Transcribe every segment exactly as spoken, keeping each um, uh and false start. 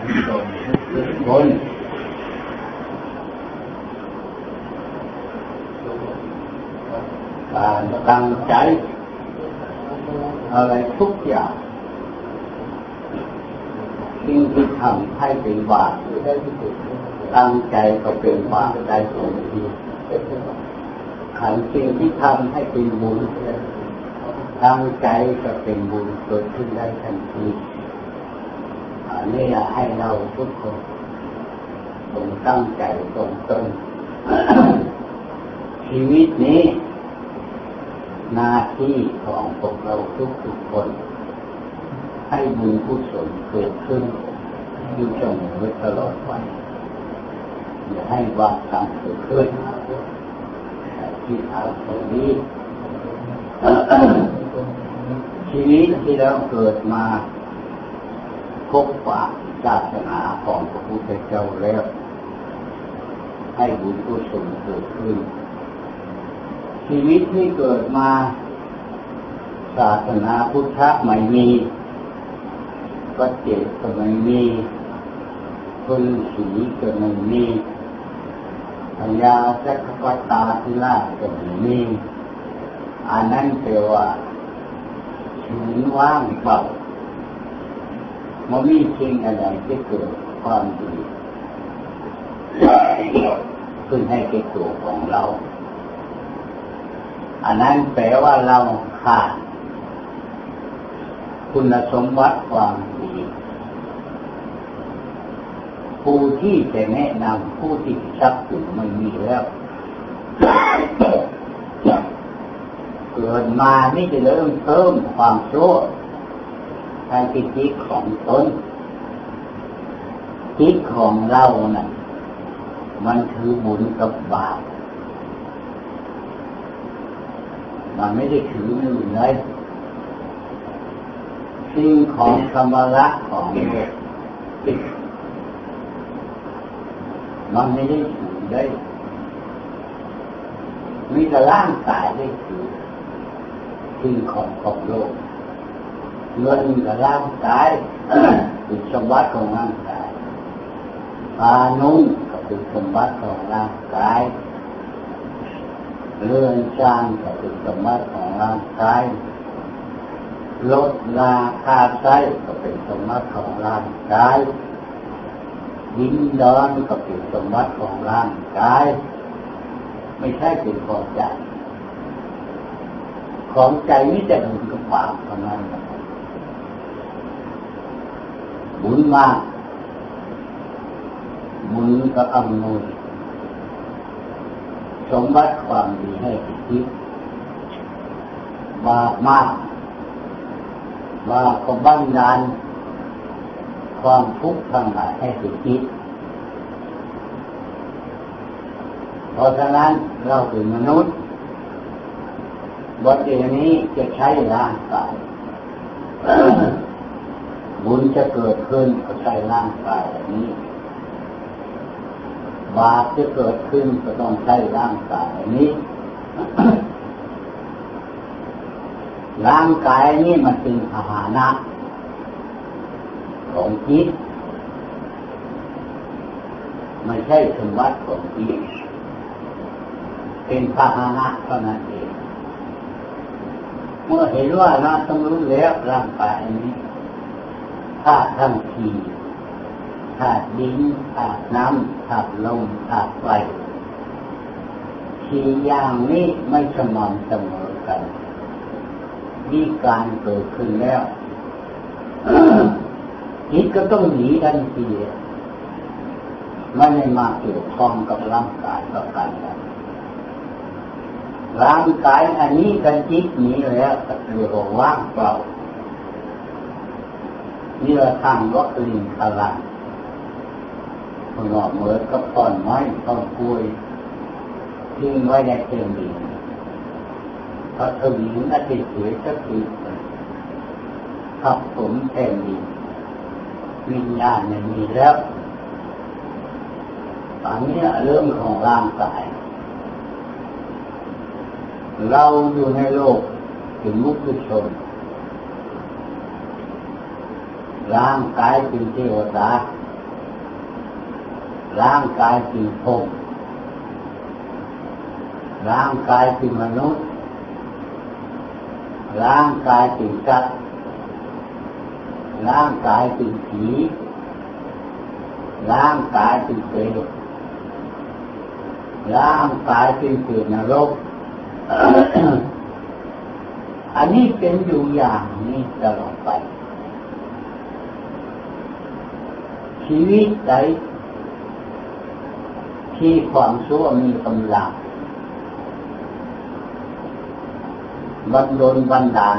ส่งทุกคนการตั้งใจอะไรทุกอย่างสิ่งที่ทำให้เป็นบาปตั้งใจก็เป็นบาปได้ทันทีขันสิ่งที่ทำให้เป็นบุญตั้งใจก็เป็นบุญเกิดขึ้นได้ทันทีอันนี้ให้เราทุกคนจงตั้งใจตรงตรงชีวิตนี้หน้าที่ของพวกเราทุกๆคนให้บุญกุศลเกิดขึ้นอยู่เสมอตลอดไปอย่าให้บาปกรรมเกิดขึ้นที่ทำตรงนี้ชีวิตที่เราเกิดมาพบปะศาสนาของพระพุทธเจ้าแล้วให้บุญกุศลเกิดขึ้นชีวิตที่เกิดมาศาสนาพุทธะไม่มีก็เจ็บก็ไม่มีคนสีก็ไม่มีพญาจักรพรรดิธิราชก็ไม่มีอันนั้นแปลว่าชีวิตว่างเปล่าไม่มีสิ่งอะไรที่เกิดความดีขึ้นให้แก่ตัวของเราอันนั้นแปลว่าเราขาดคุณสมบัติความดีผู้ที่จะแนะนำผู้ที่ทรัพย์สินไม่มีแล้วเกิดมานี่จะเริ่มเพิ่มความชั่วทางจิตของตนจิตของเราน่ะมันคือบุญกับบาปมันไม่ได้ถืออื่นเลยสิ่งของธรรมะของโลกมันไม่ได้ถือได้มีแต่ร่างกายได้ถือสิ่งของของโลกเงินกับร่างกายเป็นสมบัติของร่างกายผ้านุ่งก็เป็นสมบัติของร่างกายเรือนจานก็เป็นสมบัติของร่างกายรถราคาใช้ก็เป็นสมบัติของร่างกายดินดอนก็เป็นสมบัติของร่างกายไม่ใช่เป็นของใจของใจนี่แต่บุญกับบาปเท่านั้นบุญมากบุญก็อำนวยสมบัติความดีให้จิตบาปมากบาปก็บังดาลความทุกข์ทั้งหลายให้จิตเพราะฉะนั้นเราเป็นมนุษย์บัดนี้จะใช้ร่างกายบุญจะเกิดขึ้นก็ใช้ร่างกายนี้บาปจะเกิดขึ้นก็ต้องใช้ร่างกายนี้ร่างกายนี้มันเป็นพาหนะของจิตไม่ใช่สมบัติของจิตเป็นพาหนะเท่านั้นเองเมื่อเห็นว่าเราต้องรู้แล้วร่างกายนี้ธาตุทั้งสี่ธาตุดินธาตุน้ำธาตุลมธาตุไฟสี่อย่างนี้ไม่สม่ำเสมอกันมีการเกิดขึ้นแล้วจิตก็ต้องหนีทันทีไม่ได้มาเกี่ยวข้องกับร่างกายต่อกันนะร่างกายอันนี้กันจิตหนีแล้วก็เรียกว่าว่างเปล่านี่เราทำวัคซีนพลังคนหลอกเหมือนกับต้นไม้ต้นกล้วยทิ้งไว้ในเตียงดินพอถึงอาทิตย์เสียสักทีทับถมแผ่นดินวิญญาณไม่มีแล้วตอนนี้เรื่องของร่างกายเราอยู่ในโลกถึงมุขชนร่างกายเป็นเทวดาร่างกายเป็นพรหมร่างกายเป็นมนุษย์ร่างกายเป็นสัตว์ร่างกายเป็นผีร่างกายเป็นเปรตร่างกายเป็นเปรตนรก อันนี้เป็นอยู่อย่างนี้ตลอดไปชีวิตใดที่ความชั่วมีกำลังบันดลบันดาล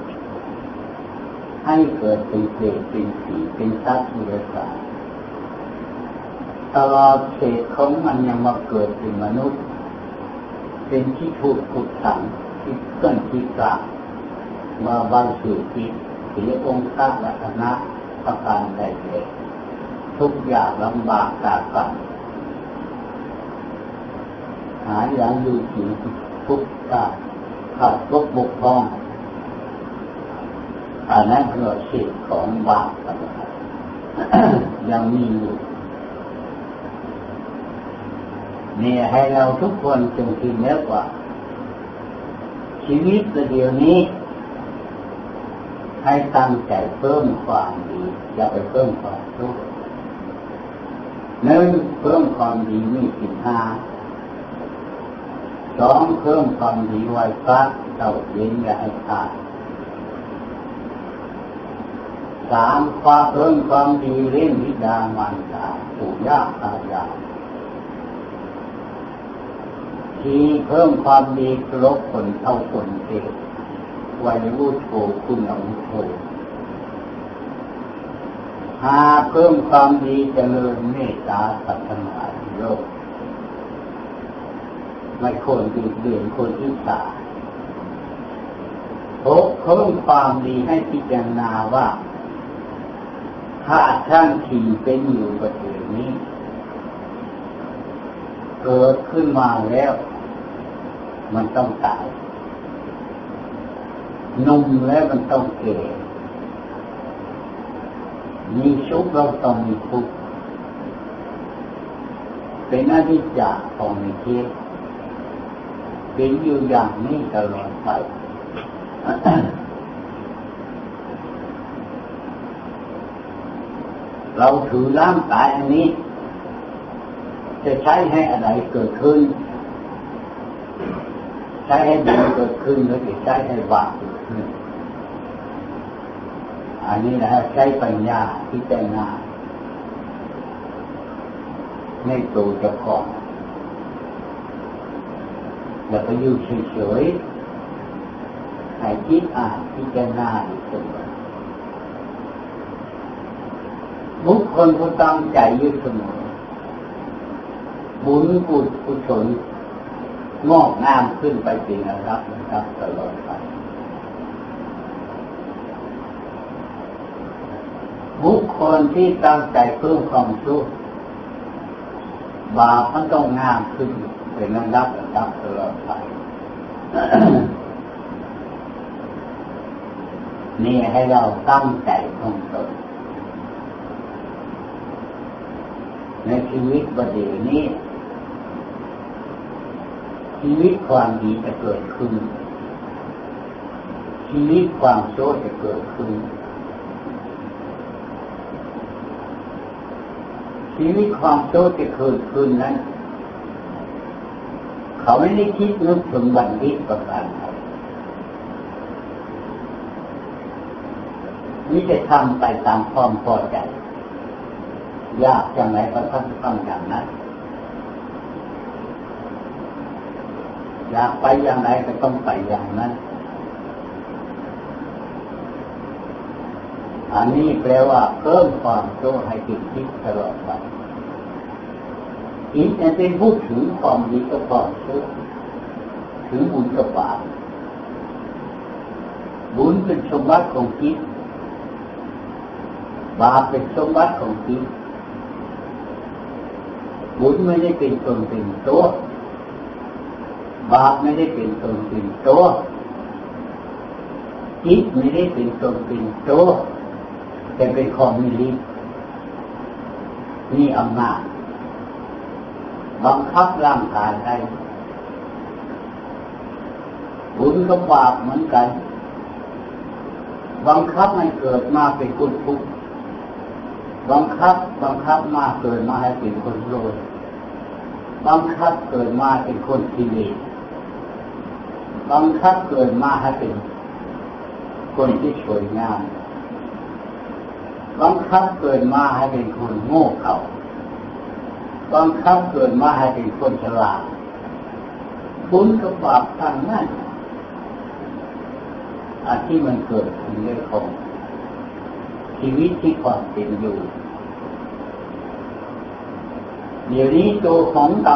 ให้เกิดเป็นเปรตเป็นผีเป็นสัตว์อุรสาตลอดเศษของมันยังมาเกิดเป็นมนุษย์เป็นที่ถูกขุดขังที่เกินที่กลางมาบางสื่อที่ที่องค์ข้ารัตนะประการใดเลยทุกอย่างลำบากตากกันหาอย่างอยู่ที่ทุกข์ขาดขาดตกบกพร่องอันนั้นคือเศษของบาปกันยังมีอยู่นี่ให้เราทุกคนจงคิดแล้วว่าชีวิตประเดี๋ยวนี้ให้ตั้งใจเพิ่มความดีอย่าไปเพิ่มความชั่วหนึ่งเพิ่มความดีมีสิบห้าสองเพิ่มความดีไว้ฟัดเต่าเย็นอย่าให้ขาดสามความเพิ่มความดีเล่นวิดามารดาปู่ย่าตายายสี่เพิ่มความดีลบคนเท่าคนเทศวัยรุ่นโตคุณอาวุโสห้าเพิ่มความดีเจริญเมตตาสัตว์ทั้งหลายในโลกไม่คนดีเด่นคนอิจฉาหกเพิ่มความดีให้พิจารณาว่าถ้าท่านที่เป็นอยู่ประเทศนี้เกิดขึ้นมาแล้วมันต้องตายหนุ่มแล้วมันต้องแก่มีสุขเราต้องมีทุกข์เป็นอนิจจาของในเทศเป็นอยู่อย่างนี้ตลอดไป เราถือร่างกายอันนี้จะใช้ให้อะไรเกิดขึ้นใช้ให้ดีเกิดขึ้นหรือจะใช้ให้บาปเกิดขึ้นอันนี้นะใช้ปัญญาพิจารณาในตัวเจ้าของแล้วก็อยู่เฉยๆให้คิดอ่านพิจารณาอยู่เสมอบุคคลผู้ตั้งใจอยู่เสมอบุญกุศลงอกงามขึ้นไปเป็นระดับนะครับตลอดไปบุคคลที่ตั้งใจเพิ่มความชั่วบาปมันต้องงามขึ้นเป็นระดับระดับตลอดไป นี่ให้เราตั้งใจของตนในชีวิตประเดี๋ยวนี้ชีวิตความดีจะเกิดขึ้นชีวิตความชั่วจะเกิดขึ้นชีวิตความชั่วจะเกิดขึ้นนั้นเขาไม่ได้คิดนึกถึงบัณฑิตประการใดนี่จะทำไปตามความพอใจอยากจะไหนก็ต้องทำอย่างนั้นอยากไปอย่างไรก็ต้องไปอย่างนั้นอันนี้แปลว่าเพิ่มความชั่วให้ติดคิดตลอดไปอีกจะเป็นพูดถึงความดีกับความชั่วถึงบุญกับบาปบุญเป็นสมบัติของจิตบาปเป็นสมบัติของจิตบุญไม่ได้เป็นตนเป็นตัวบาปไม่ได้เป็นตนเป็นตัวจิตไม่ได้เป็นตนเป็นตัวแต่เป็นของมีฤทธิ์มีอำนาจบังคับร่างกายได้บุญกับบาปเหมือนกันบังคับให้เกิดมาเป็นคนทุกข์บังคับบังคับมาเกิดมาให้เป็นคนโลภบังคับเกิดมาเป็นคนกิเลสบังคับเกิดมาให้เป็นคนที่สวยงามบังคับเกิดมาให้เป็นคนโง่เขลาบังคับเกิดมาให้เป็นคนฉลาดบุญกับบาปทั้งนั้นอันที่มันเกิดขึ้นเรื่องของชีวิตที่ความเป็นอยู่เดี๋ยวนี้ตัวของเรา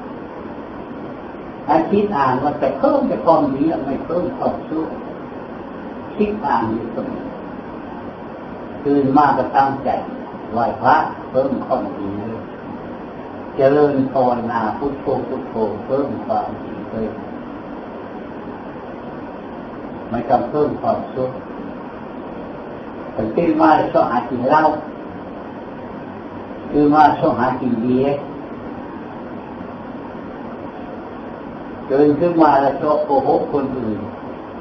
อาคิดอ่านว่าจะเพิ่มแต่ความดีไม่เพิ่มความชั่วคิดอ่านอยู่เสมอตื่นมากก็ตั้งใจไหว้พระเพิ่มความดีเลยเจริญภาวนาพุทโธพุทโธเพิ่มความดีเลยไม่ต้องเพิ่มความชั่วแต่ตื่นมาชอบหากินเหล้าตื่นมาชอบหากินเบียร์ตื่นขึ้นมาแล้วชอบโกหกคนอื่น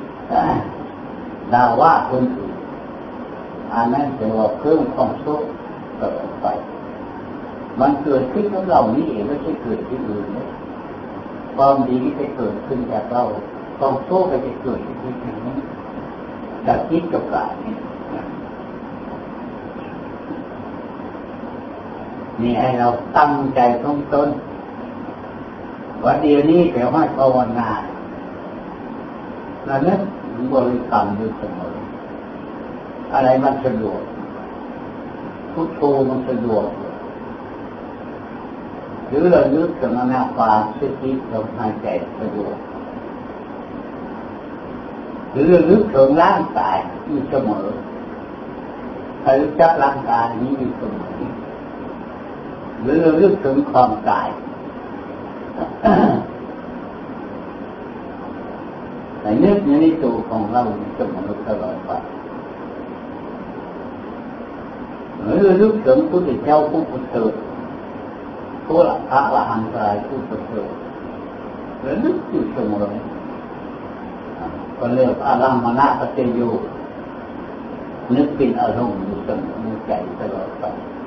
ด่าว่าคนอื่นอันนั้นจะว่าเพิ่มความชั่วต่อไปมันเกิดขึ้นกับเรานี่เองไม่ใช่เกิดที่อื่นนะความดีที่จะเกิดขึ้นจากเราความชั่วก็จะเกิดที่ที่นี้จากคิดกับกายนี่นี่ให้เราตั้งใจต้นต้นวันเดียวนี้แต่ว่าภาวนาแล้วนึกบริกรรมอยู่เสมออะไรมันสะดวกพุทโธมันสะดวกหรือเรานึกถึงอนาปานสติลมหายใจสะดวกหรือเรานึกถึงร่างกายอยู่เสมอให้รู้จักร่างกายนี้อยู่เสมอหรือเรานึกถึงความตายแต่นึกในตัวของเราเสมอตลอดไปหรือเรานึกถึงพระพุทธเจ้าผู้ประเสริฐผู้ละพระละหันตรายผู้ประเสริฐหรือนึกอยู่เสมอก็เรียกอารามณปัจจโยนึกเป็นอารมณ์อยู่เสมอในใจตลอดไป